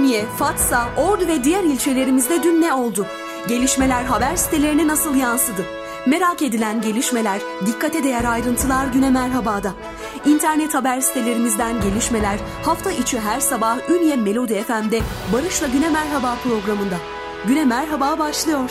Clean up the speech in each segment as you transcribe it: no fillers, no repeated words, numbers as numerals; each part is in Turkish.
Ünye, Fatsa, Ordu ve diğer ilçelerimizde dün ne oldu? Gelişmeler haber sitelerine nasıl yansıdı? Merak edilen gelişmeler, dikkate değer ayrıntılar Güne Merhaba'da. İnternet haber sitelerimizden gelişmeler hafta içi her sabah Ünye Melodi FM'de Barış'la Güne Merhaba programında. Güne Merhaba başlıyor.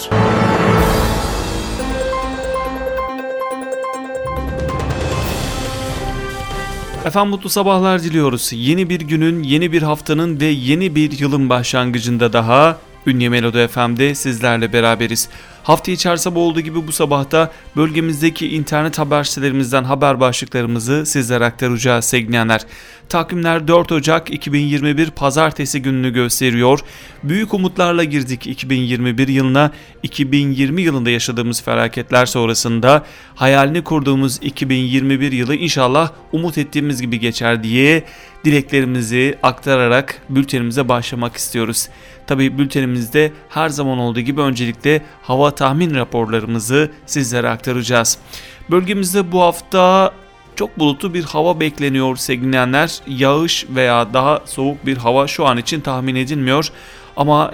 Efendim mutlu sabahlar diliyoruz. Yeni bir günün, yeni bir haftanın ve yeni bir yılın başlangıcında daha Ünye Melodi FM'de sizlerle beraberiz. Hafta içi her sabah olduğu gibi bu sabahta bölgemizdeki internet haber sitelerimizden haber başlıklarımızı sizlere aktaracağız sevgili dinleyenler. Takvimler 4 Ocak 2021 Pazartesi gününü gösteriyor. Büyük umutlarla girdik 2021 yılına. 2020 yılında yaşadığımız felaketler sonrasında hayalini kurduğumuz 2021 yılı inşallah umut ettiğimiz gibi geçer diye dileklerimizi aktararak bültenimize başlamak istiyoruz. Tabii bültenimizde her zaman olduğu gibi öncelikle hava tahmin raporlarımızı sizlere aktaracağız. Bölgemizde bu hafta çok bulutlu bir hava bekleniyor sevgili dinleyenler. Yağış veya daha soğuk bir hava şu an için tahmin edilmiyor. Ama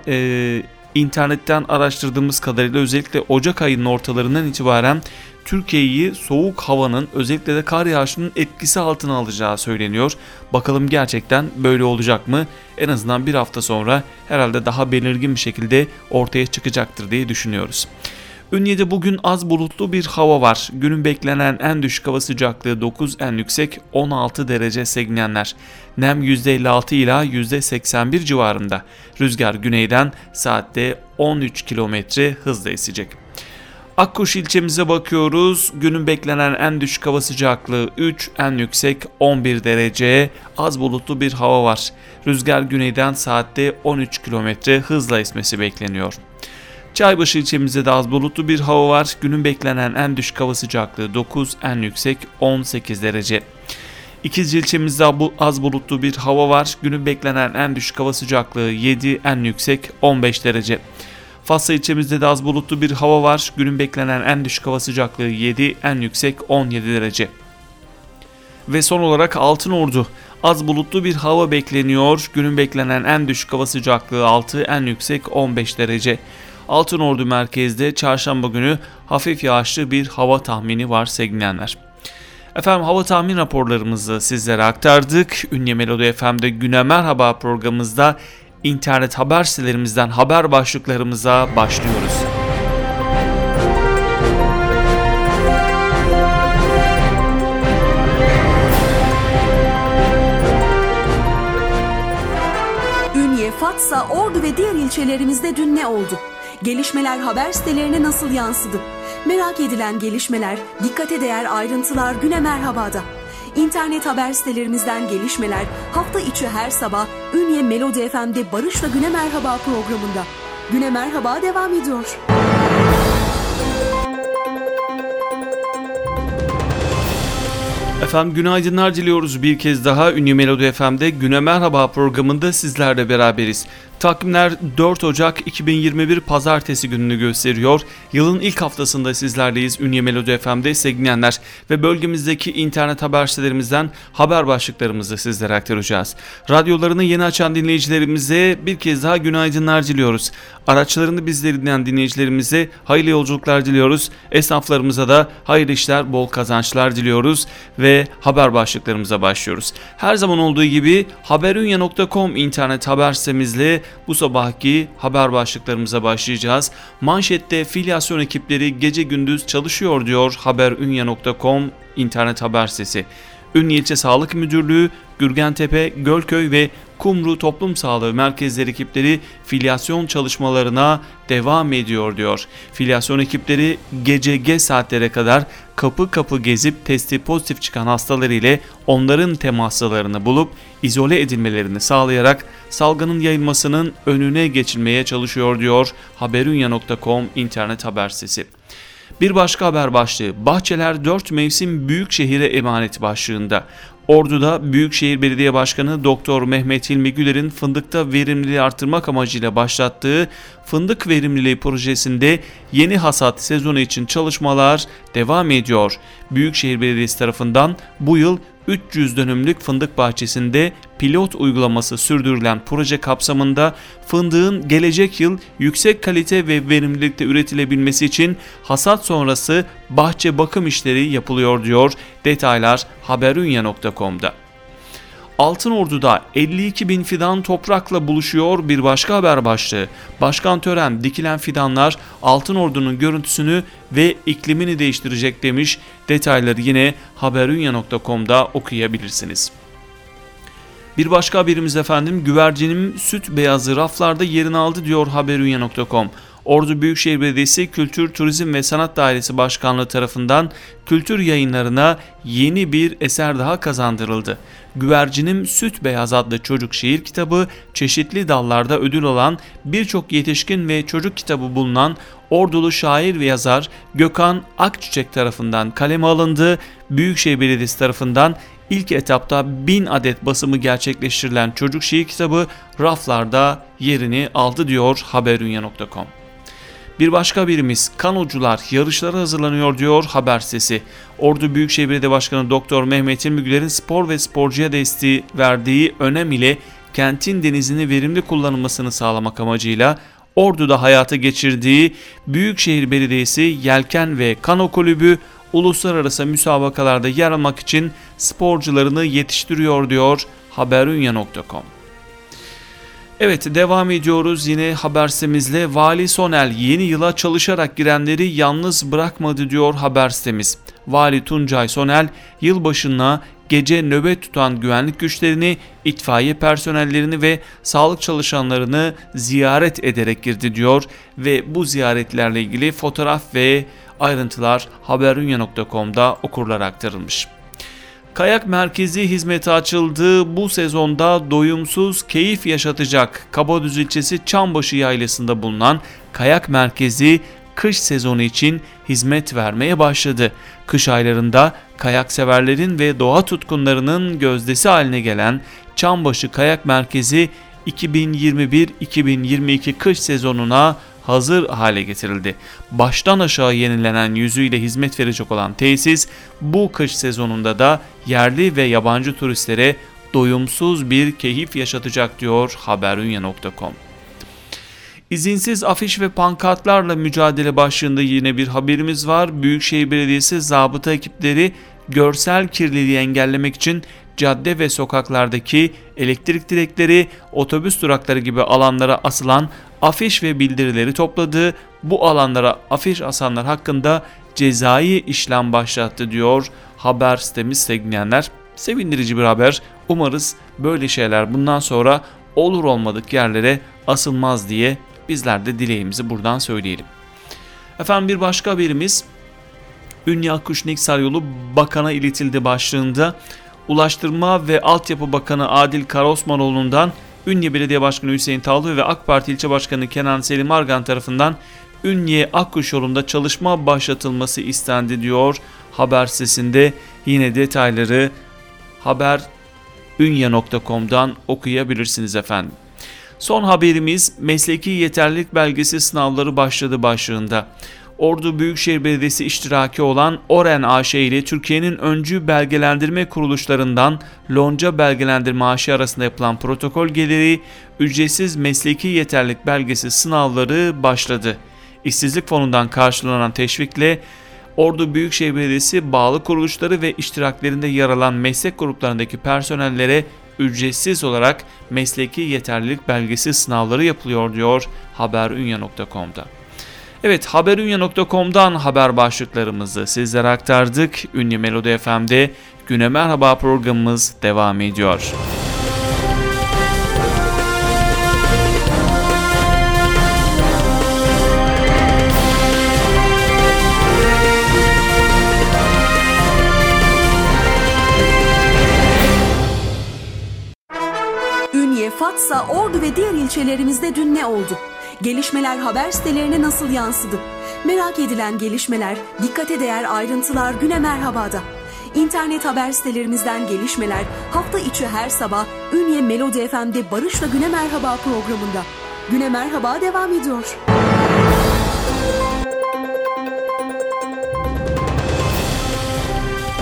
internetten araştırdığımız kadarıyla özellikle Ocak ayının ortalarından itibaren Türkiye'yi soğuk havanın özellikle de kar yağışının etkisi altına alacağı söyleniyor. Bakalım gerçekten böyle olacak mı? En azından bir hafta sonra herhalde daha belirgin bir şekilde ortaya çıkacaktır diye düşünüyoruz. Ünye'de bugün az bulutlu bir hava var. Günün beklenen en düşük hava sıcaklığı 9, en yüksek 16 derece sevgili dinleyenler. Nem %56 ila %81 civarında. Rüzgar güneyden saatte 13 km hızla esecek. Akkuş ilçemize bakıyoruz. Günün beklenen en düşük hava sıcaklığı 3, en yüksek 11 derece. Az bulutlu bir hava var. Rüzgar güneyden saatte 13 km hızla esmesi bekleniyor. Çaybaşı ilçemizde de az bulutlu bir hava var. Günün beklenen en düşük hava sıcaklığı 9, en yüksek 18 derece. İkizce ilçemizde az bulutlu bir hava var. Günün beklenen en düşük hava sıcaklığı 7, en yüksek 15 derece. Fatsa ilçemizde de az bulutlu bir hava var. Günün beklenen en düşük hava sıcaklığı 7, en yüksek 17 derece. Ve son olarak Altınordu. Az bulutlu bir hava bekleniyor. Günün beklenen en düşük hava sıcaklığı 6, en yüksek 15 derece. Altınordu merkezde çarşamba günü hafif yağışlı bir hava tahmini var sevgili dinleyenler. Efendim hava tahmin raporlarımızı sizlere aktardık. Ünye Melodi FM'de Güne Merhaba programımızda internet haber sitelerimizden haber başlıklarımıza başlıyoruz. Ünye, Fatsa, Ordu ve diğer ilçelerimizde dün ne oldu? Gelişmeler haber sitelerine nasıl yansıdı? Merak edilen gelişmeler, dikkate değer ayrıntılar Güne Merhaba'da. İnternet haber sitelerimizden gelişmeler hafta içi her sabah Ünye Melodi FM'de Barış'la Güne Merhaba programında. Güne Merhaba devam ediyor. Efendim günaydınlar diliyoruz bir kez daha Ünye Melodi FM'de Güne Merhaba programında sizlerle beraberiz. Takvimler 4 Ocak 2021 Pazartesi gününü gösteriyor. Yılın ilk haftasında sizlerleyiz Ünye Melodi FM'de sevgili dinleyenler ve bölgemizdeki internet haber sitelerimizden haber başlıklarımızı sizlere aktaracağız. Radyolarını yeni açan dinleyicilerimize bir kez daha günaydınlar diliyoruz. Araçlarını bizleri dinleyen dinleyicilerimize hayırlı yolculuklar diliyoruz. Esnaflarımıza da hayırlı işler, bol kazançlar diliyoruz ve haber başlıklarımıza başlıyoruz. Her zaman olduğu gibi haberunya.com internet haber sitemizle bu sabahki haber başlıklarımıza başlayacağız. Manşette filyasyon ekipleri gece gündüz çalışıyor diyor haberunya.com internet haber sitesi. Ünye İlçe Sağlık Müdürlüğü, Gürgentepe, Gölköy ve Kumru Toplum Sağlığı Merkezleri ekipleri filyasyon çalışmalarına devam ediyor diyor. Filyasyon ekipleri gece geç saatlere kadar kapı kapı gezip testi pozitif çıkan hastalar ile onların temaslarını bulup izole edilmelerini sağlayarak salgının yayılmasının önüne geçilmeye çalışıyor diyor haberunya.com internet haber sitesi. Bir başka haber başlığı Bahçeler 4 mevsim Büyükşehir'e emanet başlığında. Ordu'da Büyükşehir Belediye Başkanı Doktor Mehmet Hilmi Güler'in fındıkta verimliliği artırmak amacıyla başlattığı fındık verimliliği projesinde yeni hasat sezonu için çalışmalar devam ediyor. Büyükşehir Belediyesi tarafından bu yıl 300 dönümlük fındık bahçesinde pilot uygulaması sürdürülen proje kapsamında fındığın gelecek yıl yüksek kalite ve verimlilikte üretilebilmesi için hasat sonrası bahçe bakım işleri yapılıyor diyor. Detaylar haberunya.com'da. Altınordu'da 52 bin fidan toprakla buluşuyor bir başka haber başlığı. Başkan Tören dikilen fidanlar Altınordu'nun görüntüsünü ve iklimini değiştirecek demiş. Detayları yine haberunya.com'da okuyabilirsiniz. Bir başka haberimiz efendim, güvercinim süt beyazı raflarda yerini aldı diyor haberunya.com. Ordu Büyükşehir Belediyesi Kültür, Turizm ve Sanat Dairesi Başkanlığı tarafından kültür yayınlarına yeni bir eser daha kazandırıldı. Güvercinim Süt Beyaz adlı çocuk şiir kitabı çeşitli dallarda ödül alan birçok yetişkin ve çocuk kitabı bulunan Ordulu şair ve yazar Gökhan Akçiçek tarafından kaleme alındı. Büyükşehir Belediyesi tarafından İlk etapta 1000 adet basımı gerçekleştirilen çocuk şiir kitabı raflarda yerini aldı diyor haberunya.com. Bir başka haberimiz, kanocular yarışlara hazırlanıyor diyor haber sitesi. Ordu Büyükşehir Belediye Başkanı Doktor Mehmet İlmigüler'in spor ve sporcuya desteği verdiği önem ile kentin denizini verimli kullanılmasını sağlamak amacıyla Ordu'da hayata geçirdiği Büyükşehir Belediyesi Yelken ve Kano Kulübü uluslararası müsabakalarda yer almak için sporcularını yetiştiriyor diyor haberunya.com. Evet, devam ediyoruz yine haber sitemizle. Vali Sonel yeni yıla çalışarak girenleri yalnız bırakmadı diyor haber sitemiz. Vali Tuncay Sonel yılbaşına gece nöbet tutan güvenlik güçlerini, itfaiye personellerini ve sağlık çalışanlarını ziyaret ederek girdi diyor ve bu ziyaretlerle ilgili fotoğraf ve ayrıntılar haberunya.com'da okurlara aktarılmış. Kayak merkezi hizmeti açıldı. Bu sezonda doyumsuz keyif yaşatacak Kabadüz ilçesi Çambaşı Yaylası'nda bulunan kayak merkezi kış sezonu için hizmet vermeye başladı. Kış aylarında kayak severlerin ve doğa tutkunlarının gözdesi haline gelen Çambaşı Kayak Merkezi 2021-2022 kış sezonuna hazır hale getirildi. Baştan aşağı yenilenen yüzüyle hizmet verecek olan tesis bu kış sezonunda da yerli ve yabancı turistlere doyumsuz bir keyif yaşatacak diyor haberunya.com. İzinsiz afiş ve pankartlarla mücadele başlığında yine bir haberimiz var. Büyükşehir Belediyesi zabıta ekipleri görsel kirliliği engellemek için cadde ve sokaklardaki elektrik direkleri, otobüs durakları gibi alanlara asılan afiş ve bildirileri topladı. Bu alanlara afiş asanlar hakkında cezai işlem başlattı diyor haber sitemiz sevgili dinleyenler. Sevindirici bir haber. Umarız böyle şeyler bundan sonra olur olmadık yerlere asılmaz diye bizler de dileğimizi buradan söyleyelim. Efendim bir başka haberimiz, Ünye Akkuş Niksar yolu Bakan'a iletildi başlığında. Ulaştırma ve Altyapı Bakanı Adil Karaosmanoğlu'ndan Ünye Belediye Başkanı Hüseyin Tavlı ve AK Parti İlçe Başkanı Kenan Selim Argan tarafından Ünye Akkuş yolunda çalışma başlatılması istendi diyor haber sitesinde. Yine detayları haberunya.com'dan okuyabilirsiniz efendim. Son haberimiz, mesleki yeterlilik belgesi sınavları başladı başlığında. Ordu Büyükşehir Belediyesi iştiraki olan Oren AŞ ile Türkiye'nin öncü belgelendirme kuruluşlarından Lonca Belgelendirme AŞ arasında yapılan protokol gereği ücretsiz mesleki yeterlilik belgesi sınavları başladı. İşsizlik fonundan karşılanan teşvikle Ordu Büyükşehir Belediyesi bağlı kuruluşları ve iştiraklerinde yer alan meslek gruplarındaki personellere ücretsiz olarak mesleki yeterlilik belgesi sınavları yapılıyor diyor haberunya.com'da. Evet, haberunya.com'dan haber başlıklarımızı sizlere aktardık. Ünlü Melodi FM'de Güne Merhaba programımız devam ediyor. Ünye, Fatsa, Ordu ve diğer ilçelerimizde dün ne oldu? Gelişmeler haber sitelerine nasıl yansıdı? Merak edilen gelişmeler, dikkate değer ayrıntılar Güne Merhaba'da. İnternet haber sitelerimizden gelişmeler hafta içi her sabah Ünye Melodi FM'de Barış'la Güne Merhaba programında. Güne Merhaba devam ediyor.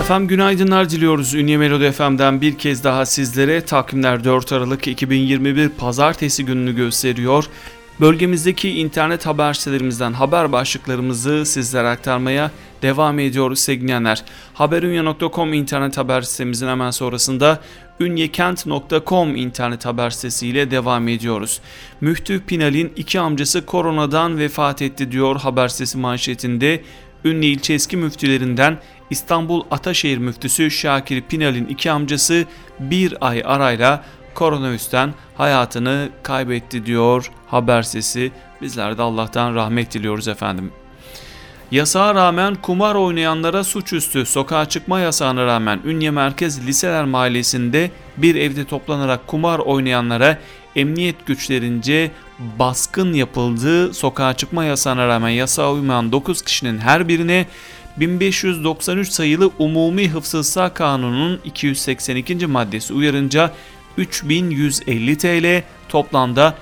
Efendim günaydınlar diliyoruz. Ünye Melodi FM'den bir kez daha sizlere takvimler 4 Aralık 2021 Pazartesi gününü gösteriyor. Bölgemizdeki internet haber sitelerimizden haber başlıklarımızı sizlere aktarmaya devam ediyoruz sevgili dinleyenler. Haberunya.com internet haber sitemizin hemen sonrasında ünyekent.com internet haber sitesiyle devam ediyoruz. Müftü Pinal'in 2 amcası koronadan vefat etti diyor haber sitesi manşetinde. Ünye ilçe eski müftülerinden İstanbul Ataşehir müftüsü Şakir Pinal'in 2 amcası bir ay arayla koronavirüsten hayatını kaybetti diyor haber sitesi. Bizler de Allah'tan rahmet diliyoruz efendim. Yasağa rağmen kumar oynayanlara suçüstü. Sokağa çıkma yasağına rağmen Ünye Merkez Liseler Mahallesi'nde bir evde toplanarak kumar oynayanlara emniyet güçlerince baskın yapıldı. Sokağa çıkma yasağına rağmen yasağa uymayan 9 kişinin her birine 1593 sayılı Umumi Hıfzı Kanunu'nun 282. maddesi uyarınca 3150 TL toplamda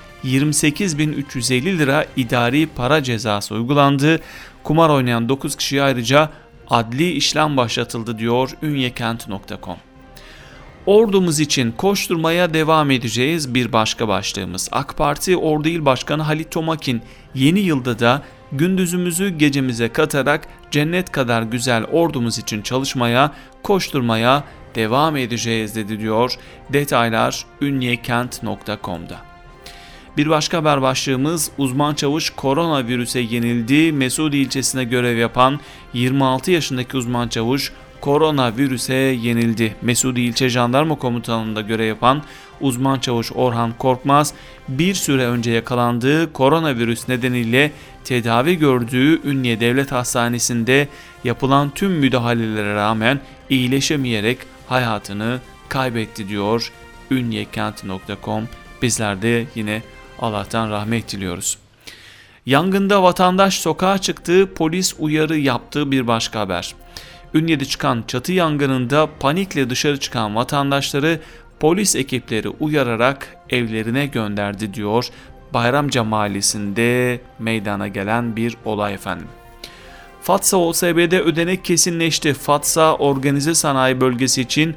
28.350 lira idari para cezası uygulandı. Kumar oynayan 9 kişiye ayrıca adli işlem başlatıldı diyor ünyekent.com. Ordumuz için koşturmaya devam edeceğiz bir başka başlığımız. AK Parti Ordu İl Başkanı Halit Tomakin yeni yılda da gündüzümüzü gecemize katarak cennet kadar güzel ordumuz için çalışmaya, koşturmaya devam edeceğiz dedi diyor. Detaylar ünyekent.com'da. Bir başka haber başlığımız uzman çavuş koronavirüse yenildi. Mesudi ilçesine görev yapan 26 yaşındaki uzman çavuş koronavirüse yenildi. Mesudi İlçe Jandarma Komutanlığı'nda görev yapan uzman çavuş Orhan Korkmaz bir süre önce yakalandığı koronavirüs nedeniyle tedavi gördüğü Ünye Devlet Hastanesi'nde yapılan tüm müdahalelere rağmen iyileşemeyerek hayatını kaybetti diyor ünyekent.com. Bizler de yine Allah'tan rahmet diliyoruz. Yangında vatandaş sokağa çıktı, polis uyarı yaptığı bir başka haber. Ünye'de çıkan çatı yangınında panikle dışarı çıkan vatandaşları polis ekipleri uyararak evlerine gönderdi diyor. Bayramca Mahallesi'nde meydana gelen bir olay efendim. Fatsa OSB'de ödenek kesinleşti. Fatsa Organize Sanayi Bölgesi için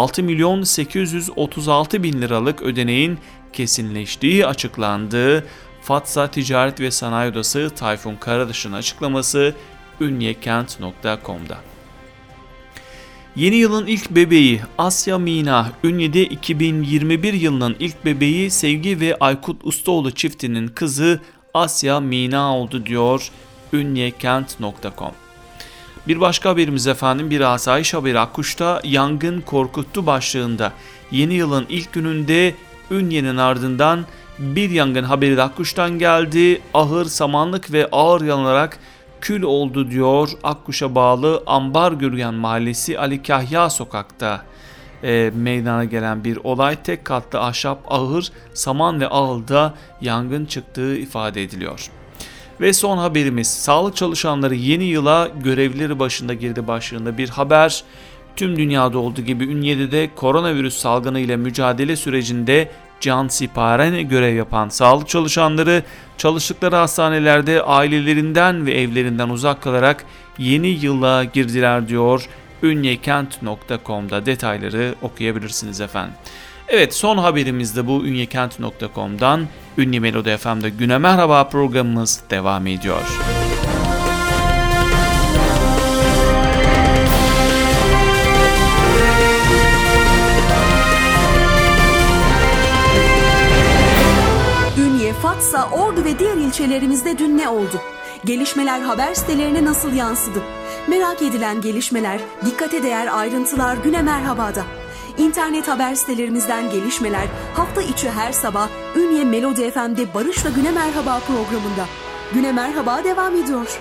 6.836.000 liralık ödeneğin kesinleştiği açıklandı. Fatsa Ticaret ve Sanayi Odası Tayfun Karadaş'ın açıklaması ünyekent.com'da. Yeni yılın ilk bebeği Asya Mina, Ünye'de 2021 yılının ilk bebeği Sevgi ve Aykut Ustaoğlu çiftinin kızı Asya Mina oldu diyor ünyekent.com. Bir başka haberimiz efendim, bir asayiş haberi Akkuş'ta yangın korkuttu başlığında. Yeni yılın ilk gününde Ünye'nin ardından bir yangın haberi de Akkuş'tan geldi. Ahır, samanlık ve ağır yanarak kül oldu diyor. Akkuş'a bağlı Ambargürgen Mahallesi Ali Kahya Sokak'ta meydana gelen bir olay. Tek katlı ahşap ahır, saman ve ağılda yangın çıktığı ifade ediliyor. Ve son haberimiz, sağlık çalışanları yeni yıla görevlileri başında girdi başlığında bir haber. Tüm dünyada olduğu gibi Ünye'de de koronavirüs salgını ile mücadele sürecinde cansipare görev yapan sağlık çalışanları çalıştıkları hastanelerde ailelerinden ve evlerinden uzak kalarak yeni yıla girdiler diyor ünyekent.com'da. Detayları okuyabilirsiniz efendim. Evet, son haberimiz de bu ünyekent.com'dan. Ünye Melodi FM'de Güne Merhaba programımız devam ediyor. Ünye, Fatsa, Ordu ve diğer ilçelerimizde dün ne oldu? Gelişmeler haber sitelerine nasıl yansıdı? Merak edilen gelişmeler, dikkate değer ayrıntılar Güne Merhaba'da. İnternet haber sitelerimizden gelişmeler hafta içi her sabah Ünye Melodi FM'de Barış'la Güne Merhaba programında. Güne Merhaba devam ediyor.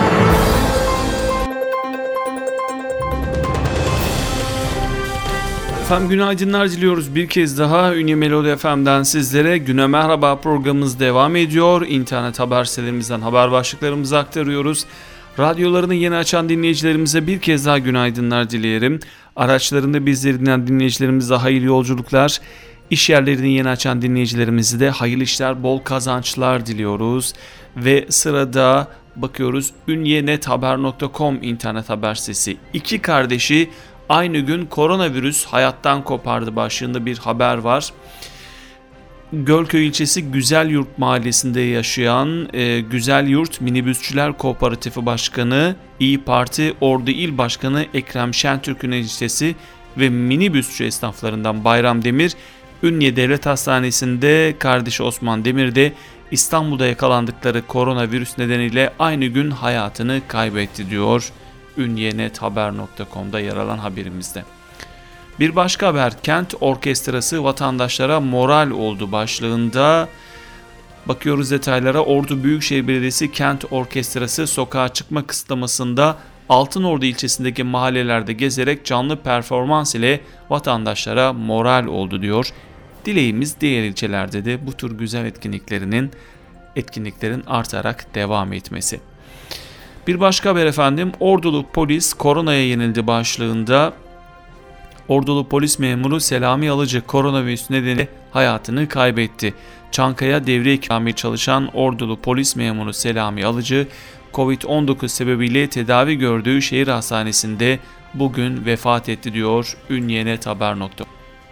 Efendim günaydınlar diliyoruz bir kez daha Ünye Melodi FM'den sizlere Güne Merhaba programımız devam ediyor. İnternet haber sitelerimizden haber başlıklarımızı aktarıyoruz. Radyolarını yeni açan dinleyicilerimize bir kez daha günaydınlar dileyelim. Araçlarında bizleri dinleyen dinleyicilerimize hayırlı yolculuklar. İş yerlerini yeni açan dinleyicilerimize de hayırlı işler, bol kazançlar diliyoruz. Ve sırada bakıyoruz ünyenethaber.com internet haber sitesi. İki kardeşi Aynı gün koronavirüs hayattan kopardı başlığında bir haber var. Gölköy ilçesi Güzelyurt mahallesinde yaşayan Güzelyurt Minibüsçüler Kooperatifi Başkanı, İyi Parti Ordu İl Başkanı Ekrem Şentürk'ün eniştesi ve minibüsçü esnaflarından Bayram Demir, Ünye Devlet Hastanesi'nde kardeşi Osman Demir de İstanbul'da yakalandıkları koronavirüs nedeniyle aynı gün hayatını kaybetti diyor ünyenethaber.com'da yer alan haberimizde. Bir başka haber, kent orkestrası vatandaşlara moral oldu başlığında. Bakıyoruz detaylara. Ordu Büyükşehir Belediyesi kent orkestrası sokağa çıkma kısıtlamasında Altınordu ilçesindeki mahallelerde gezerek canlı performans ile vatandaşlara moral oldu diyor. Dileğimiz diğer ilçelerde de bu tür güzel etkinliklerin artarak devam etmesi. Bir başka haber efendim, Ordulu polis koronaya yenildi başlığında. Ordulu polis memuru Selami Alıcı koronavirüs nedeniyle hayatını kaybetti. Çankaya devriye ikameti çalışan Ordulu polis memuru Selami Alıcı, Covid-19 sebebiyle tedavi gördüğü şehir hastanesinde bugün vefat etti diyor ünyenethaber.com.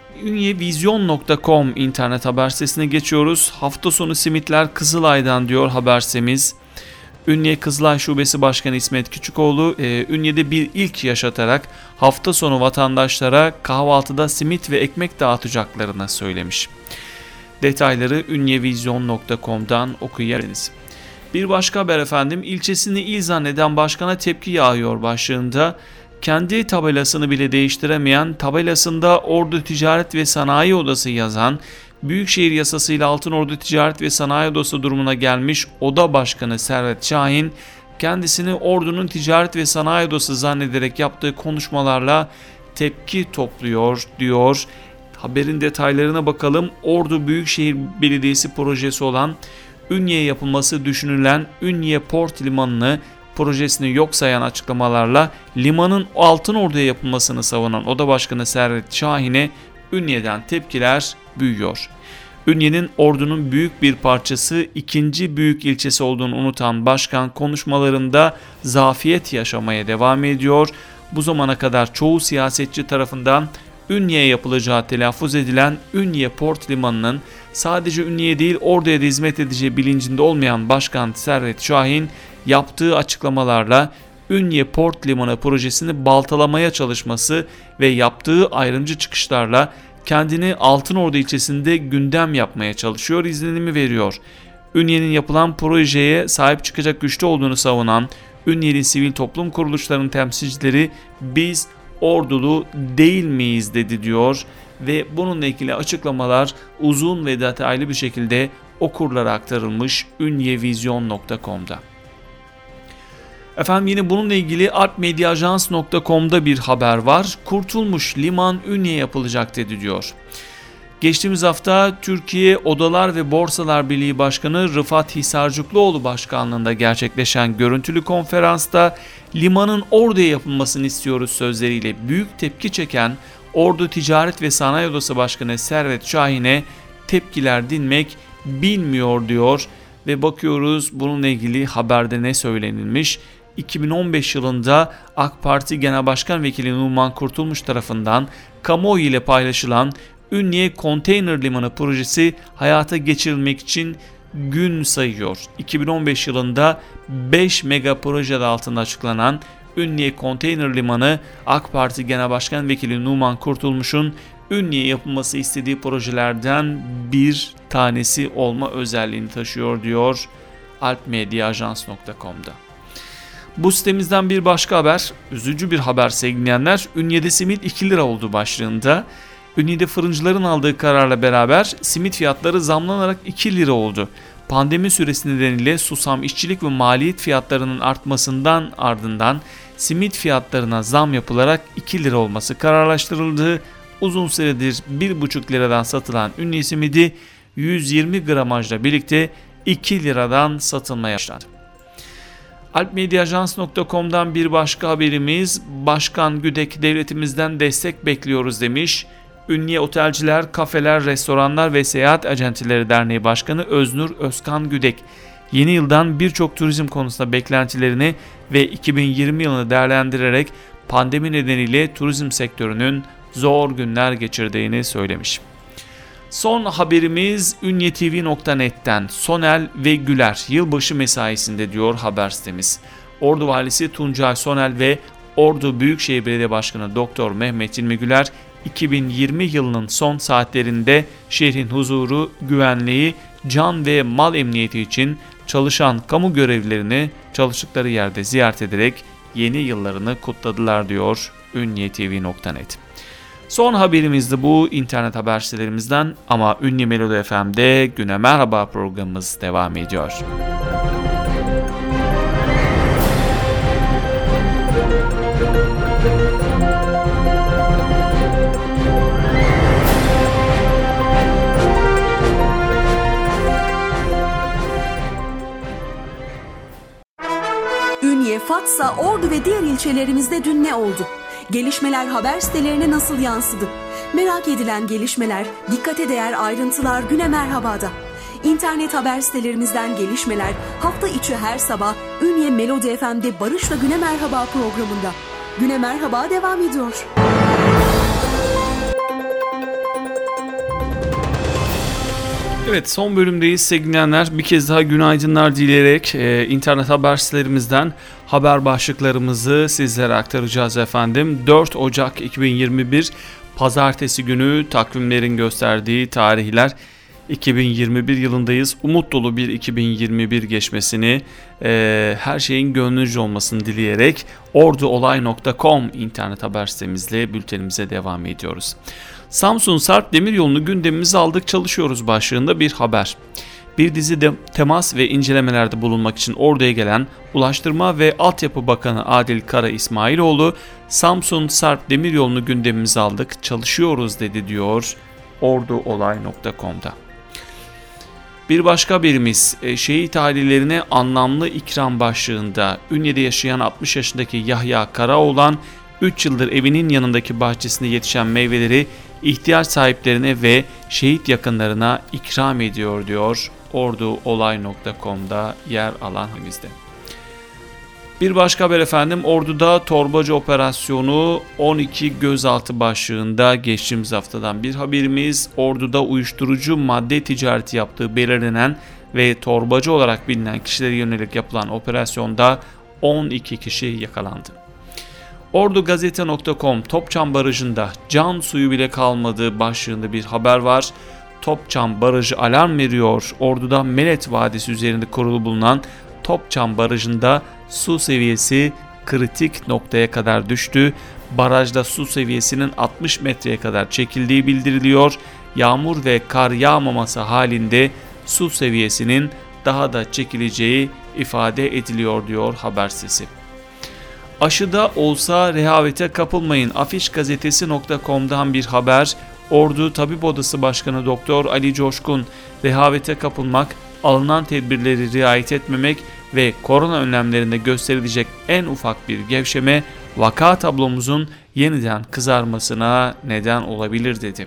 Ünyevizyon.com internet haber sitesine geçiyoruz. Hafta sonu simitler Kızılay'dan diyor haber sitemiz. Ünye Kızılay Şubesi Başkanı İsmet Küçükoğlu, Ünye'de bir ilk yaşatarak hafta sonu vatandaşlara kahvaltıda simit ve ekmek dağıtacaklarını söylemiş. Detayları ünyevizyon.com'dan okuyabilirsiniz. Bir başka haber efendim, ilçesini il zanneden başkana tepki yağıyor başlığında. Kendi tabelasını bile değiştiremeyen, tabelasında Ordu Ticaret ve Sanayi Odası yazan, Büyükşehir Yasası'yla Altınordu Ticaret ve Sanayi Odası durumuna gelmiş Oda Başkanı Servet Şahin, kendisini Ordu'nun Ticaret ve Sanayi Odası zannederek yaptığı konuşmalarla tepki topluyor diyor. Haberin detaylarına bakalım. Ordu Büyükşehir Belediyesi projesi olan Ünye'ye yapılması düşünülen Ünye Port Limanı'nı projesini yok sayan açıklamalarla limanın Altınordu'ya yapılmasını savunan Oda Başkanı Servet Şahin'e Ünye'den tepkiler büyüyor. Ünye'nin Ordu'nun büyük bir parçası, ikinci büyük ilçesi olduğunu unutan başkan konuşmalarında zafiyet yaşamaya devam ediyor. Bu zamana kadar çoğu siyasetçi tarafından Ünye'ye yapılacağı telaffuz edilen Ünye Port Limanı'nın sadece Ünye'ye değil Ordu'ya da hizmet edeceği bilincinde olmayan Başkan Servet Şahin yaptığı açıklamalarla Ünye Port Limanı projesini baltalamaya çalışması ve yaptığı ayrımcı çıkışlarla kendini Altınordu ilçesinde gündem yapmaya çalışıyor izlenimi veriyor. Ünye'nin yapılan projeye sahip çıkacak güçte olduğunu savunan Ünye'li sivil toplum kuruluşlarının temsilcileri biz Ordulu değil miyiz dedi diyor ve bununla ilgili açıklamalar uzun ve detaylı bir şekilde okurlara aktarılmış ünyevizyon.com'da. Efendim yine bununla ilgili artmediaajans.com'da bir haber var. Kurtulmuş liman Ünye yapılacak dedi diyor. Geçtiğimiz hafta Türkiye Odalar ve Borsalar Birliği Başkanı Rıfat Hisarcıklıoğlu başkanlığında gerçekleşen görüntülü konferansta limanın Ordu'ya yapılmasını istiyoruz sözleriyle büyük tepki çeken Ordu Ticaret ve Sanayi Odası Başkanı Servet Şahin'e tepkiler dinmek bilmiyor diyor ve bakıyoruz bununla ilgili haberde ne söylenilmiş. 2015 yılında AK Parti Genel Başkan Vekili Numan Kurtulmuş tarafından kamuoyu ile paylaşılan Ünye Konteyner Limanı projesi hayata geçirilmek için gün sayıyor. 2015 yılında 5 mega proje adı altında açıklanan Ünye Konteyner Limanı AK Parti Genel Başkan Vekili Numan Kurtulmuş'un Ünye'ye yapılması istediği projelerden bir tanesi olma özelliğini taşıyor diyor alpmediaajans.com'da. Bu sitemizden bir başka haber, üzücü bir haber sevgili dinleyenler. Ünye'de simit 2 lira oldu başlığında. Ünye'de fırıncıların aldığı kararla beraber simit fiyatları zamlanarak 2 lira oldu. Pandemi süresi nedeniyle susam, işçilik ve maliyet fiyatlarının artmasından ardından simit fiyatlarına zam yapılarak 2 lira olması kararlaştırıldı. Uzun süredir 1,5 liradan satılan Ünye simidi 120 gramajla birlikte 2 liradan satılmaya başlandı. Alpmediaajans.com'dan bir başka haberimiz, Başkan Güdek devletimizden destek bekliyoruz demiş. Ünye Otelciler, Kafeler, Restoranlar ve Seyahat Acentileri Derneği Başkanı Öznur Özkan Güdek, yeni yıldan birçok turizm konusunda beklentilerini ve 2020 yılını değerlendirerek pandemi nedeniyle turizm sektörünün zor günler geçirdiğini söylemiş. Son haberimiz ünyetv.net'ten. Sonel ve Güler yılbaşı mesaisinde diyor haber sitemiz. Ordu Valisi Tuncay Sonel ve Ordu Büyükşehir Belediye Başkanı Doktor Mehmet İlmi Güler 2020 yılının son saatlerinde şehrin huzuru, güvenliği, can ve mal emniyeti için çalışan kamu görevlilerini çalıştıkları yerde ziyaret ederek yeni yıllarını kutladılar diyor ünyetv.net. Son haberimiz de bu internet haber sitelerimizden ama Ünlü Melodi FM'de Güne Merhaba programımız devam ediyor. Ünye, Fatsa, Ordu ve diğer ilçelerimizde dün ne oldu? Gelişmeler haber sitelerine nasıl yansıdı? Merak edilen gelişmeler, dikkate değer ayrıntılar Güne Merhaba'da. İnternet haber sitelerimizden gelişmeler hafta içi her sabah Ünye Melodi FM'de Barış'la Güne Merhaba programında. Güne Merhaba devam ediyor. Evet, son bölümdeyiz sevgili dinleyenler. Bir kez daha günaydınlar dileyerek internet haber sitelerimizden haber başlıklarımızı sizlere aktaracağız efendim. 4 Ocak 2021 Pazartesi günü takvimlerin gösterdiği tarihler. 2021 yılındayız. Umut dolu bir 2021 geçmesini, her şeyin gönlünüzce olmasını dileyerek orduolay.com internet haber sitemizle bültenimize devam ediyoruz. Samsun Sarp Demiryolu'nu gündemimize aldık, çalışıyoruz başlığında bir haber. Bir dizi temas ve incelemelerde bulunmak için Ordu'ya gelen Ulaştırma ve Altyapı Bakanı Adil Kara İsmailoğlu, Samsun Sarp Demiryolu'nu gündemimize aldık, çalışıyoruz dedi diyor orduolay.com'da. Bir başka haberimiz şehit ailelerine anlamlı ikram başlığında Ünye'de yaşayan 60 yaşındaki Yahya Karaoğlan 3 yıldır evinin yanındaki bahçesinde yetişen meyveleri ihtiyaç sahiplerine ve şehit yakınlarına ikram ediyor diyor orduolay.com'da yer alan haberimizde. Bir başka haber efendim, Ordu'da torbacı operasyonu 12 gözaltı başlığında geçtiğimiz haftadan bir haberimiz. Ordu'da uyuşturucu madde ticareti yaptığı belirlenen ve torbacı olarak bilinen kişilere yönelik yapılan operasyonda 12 kişi yakalandı. Ordugazete.com Topçam Barajı'nda can suyu bile kalmadığı başlığında bir haber var. Topçam Barajı alarm veriyor. Ordu'da Melet Vadisi üzerinde kurulu bulunan Topçam Barajı'nda su seviyesi kritik noktaya kadar düştü. Barajda su seviyesinin 60 metreye kadar çekildiği bildiriliyor. Yağmur ve kar yağmaması halinde su seviyesinin daha da çekileceği ifade ediliyor diyor haber sitesi. Aşıda olsa rehavete kapılmayın. Afişgazetesi.com'dan bir haber. Ordu Tabip Odası Başkanı Doktor Ali Coşkun, rehavete kapılmak, alınan tedbirleri riayet etmemek ve korona önlemlerinde gösterilecek en ufak bir gevşeme vaka tablomuzun yeniden kızarmasına neden olabilir dedi.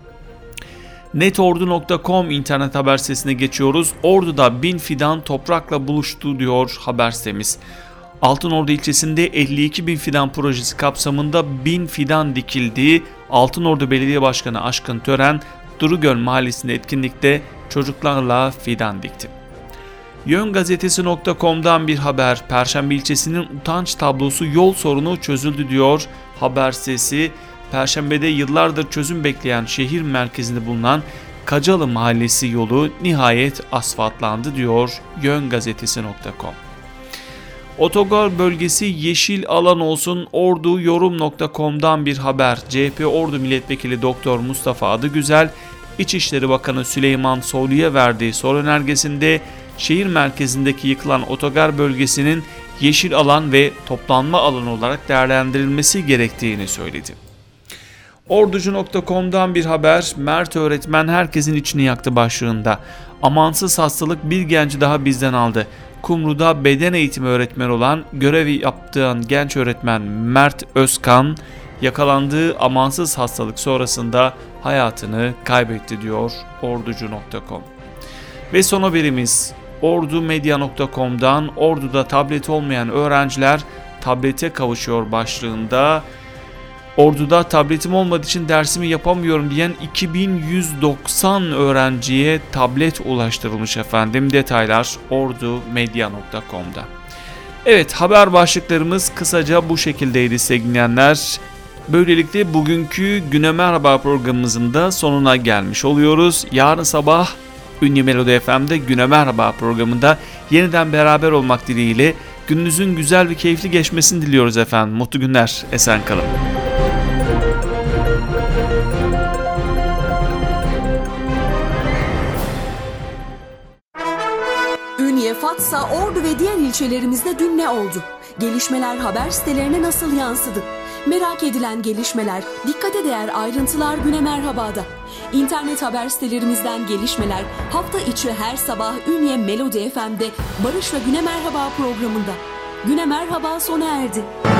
Netordu.com internet haber sitesine geçiyoruz. Ordu'da 1000 fidan toprakla buluştu diyor haber sitemiz. Altınordu ilçesinde 52.000 fidan projesi kapsamında 1000 fidan dikildiği Altınordu Belediye Başkanı Aşkın Tören, Durugöl Mahallesi'nde etkinlikte çocuklarla fidan dikti. Yöngazetesi.com'dan bir haber. Perşembe ilçesinin utanç tablosu yol sorunu çözüldü diyor haber sitesi. Perşembe'de yıllardır çözüm bekleyen şehir merkezinde bulunan Kacalı Mahallesi yolu nihayet asfaltlandı diyor Yöngazetesi.com. Otogar bölgesi yeşil alan olsun orduyorum.com'dan bir haber. CHP Ordu Milletvekili Doktor Mustafa Adıgüzel, İçişleri Bakanı Süleyman Soylu'ya verdiği soru önergesinde şehir merkezindeki yıkılan otogar bölgesinin yeşil alan ve toplanma alanı olarak değerlendirilmesi gerektiğini söyledi. Orducu.com'dan bir haber. Mert öğretmen herkesin içini yaktı başlığında. Amansız hastalık bir genci daha bizden aldı. Kumru'da beden eğitimi öğretmeni olan görevi yaptığı genç öğretmen Mert Özkan yakalandığı amansız hastalık sonrasında hayatını kaybetti diyor orducu.com. Ve son haberimiz ordumedya.com'dan. Ordu'da tableti olmayan öğrenciler tablete kavuşuyor başlığında. Ordu'da tabletim olmadığı için dersimi yapamıyorum diyen 2190 öğrenciye tablet ulaştırılmış efendim. Detaylar ordumedya.com'da. Evet, haber başlıklarımız kısaca bu şekildeydi sevgili dinleyenler. Böylelikle bugünkü Güne Merhaba programımızın da sonuna gelmiş oluyoruz. Yarın sabah Ünlü Melodi FM'de Güne Merhaba programında yeniden beraber olmak dileğiyle gününüzün güzel ve keyifli geçmesini diliyoruz efendim. Mutlu günler, esen kalın. Ünye, Fatsa, Ordu ve diğer ilçelerimizde dün ne oldu? Gelişmeler haber sitelerine nasıl yansıdı? Merak edilen gelişmeler, dikkate değer ayrıntılar Güne Merhaba'da. İnternet haber sitelerimizden gelişmeler hafta içi her sabah Ünye Melodi FM'de Barış ve Güne Merhaba programında. Güne Merhaba sona erdi.